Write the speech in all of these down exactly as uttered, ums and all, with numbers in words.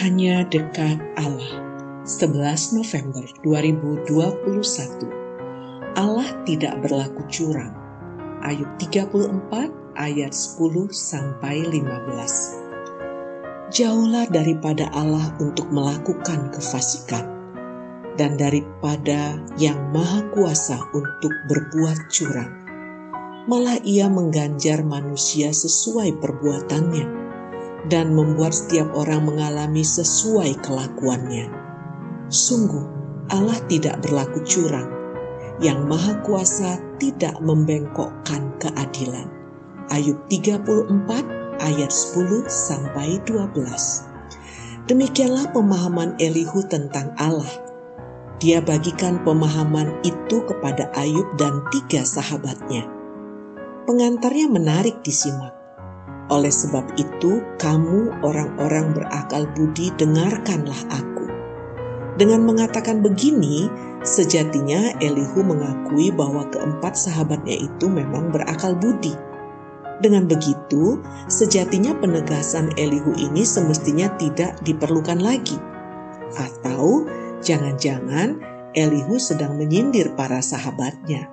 Hanya dekat Allah. sebelas November dua ribu dua puluh satu. Allah tidak berlaku curang. Ayub tiga puluh empat ayat sepuluh sampai lima belas. Jauhlah daripada Allah untuk melakukan kefasikan, dan daripada Yang Maha Kuasa untuk berbuat curang. Malah Ia mengganjar manusia sesuai perbuatannya, dan membuat setiap orang mengalami sesuai kelakuannya. Sungguh, Allah tidak berlaku curang. Yang Maha Kuasa tidak membengkokkan keadilan. Ayub tiga puluh empat ayat sepuluh sampai dua belas. Demikianlah pemahaman Elihu tentang Allah. Dia bagikan pemahaman itu kepada Ayub dan tiga sahabatnya. Pengantarnya menarik disimak. Oleh sebab itu, kamu orang-orang berakal budi, dengarkanlah aku. Dengan mengatakan begini, sejatinya Elihu mengakui bahwa keempat sahabatnya itu memang berakal budi. Dengan begitu, sejatinya penegasan Elihu ini semestinya tidak diperlukan lagi. Atau jangan-jangan Elihu sedang menyindir para sahabatnya.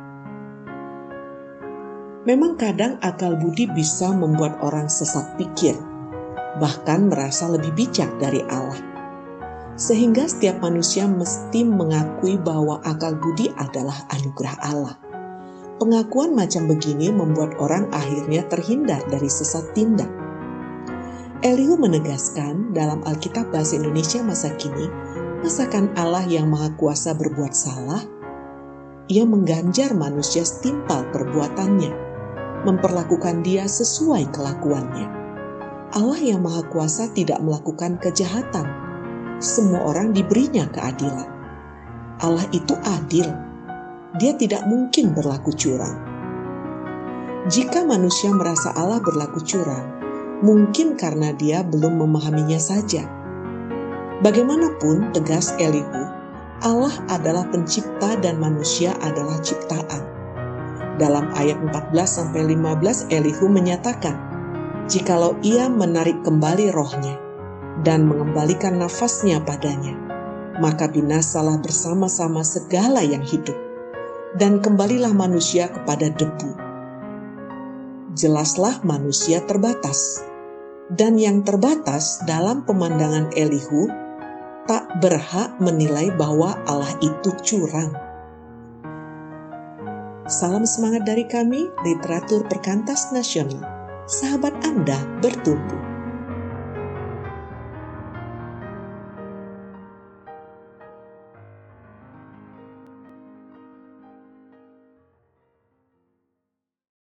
Memang kadang akal budi bisa membuat orang sesat pikir, bahkan merasa lebih bijak dari Allah. Sehingga setiap manusia mesti mengakui bahwa akal budi adalah anugerah Allah. Pengakuan macam begini membuat orang akhirnya terhindar dari sesat tindak. Elihu menegaskan dalam Alkitab Bahasa Indonesia masa kini, masakan Allah yang Maha Kuasa berbuat salah? Ia mengganjar manusia setimpal perbuatannya, memperlakukan dia sesuai kelakuannya. Allah yang Maha Kuasa tidak melakukan kejahatan. Semua orang diberinya keadilan. Allah itu adil. Dia tidak mungkin berlaku curang. Jika manusia merasa Allah berlaku curang, mungkin karena dia belum memahaminya saja. Bagaimanapun tegas Elihu, Allah adalah pencipta dan manusia adalah ciptaan. Dalam ayat empat belas sampai lima belas Elihu menyatakan, jikalau ia menarik kembali rohnya dan mengembalikan nafasnya padanya, maka binasalah bersama-sama segala yang hidup, dan kembalilah manusia kepada debu. Jelaslah manusia terbatas, dan yang terbatas dalam pemandangan Elihu tak berhak menilai bahwa Allah itu curang. Salam semangat dari kami, Literatur Perkantas Nasional. Sahabat Anda bertumbuh.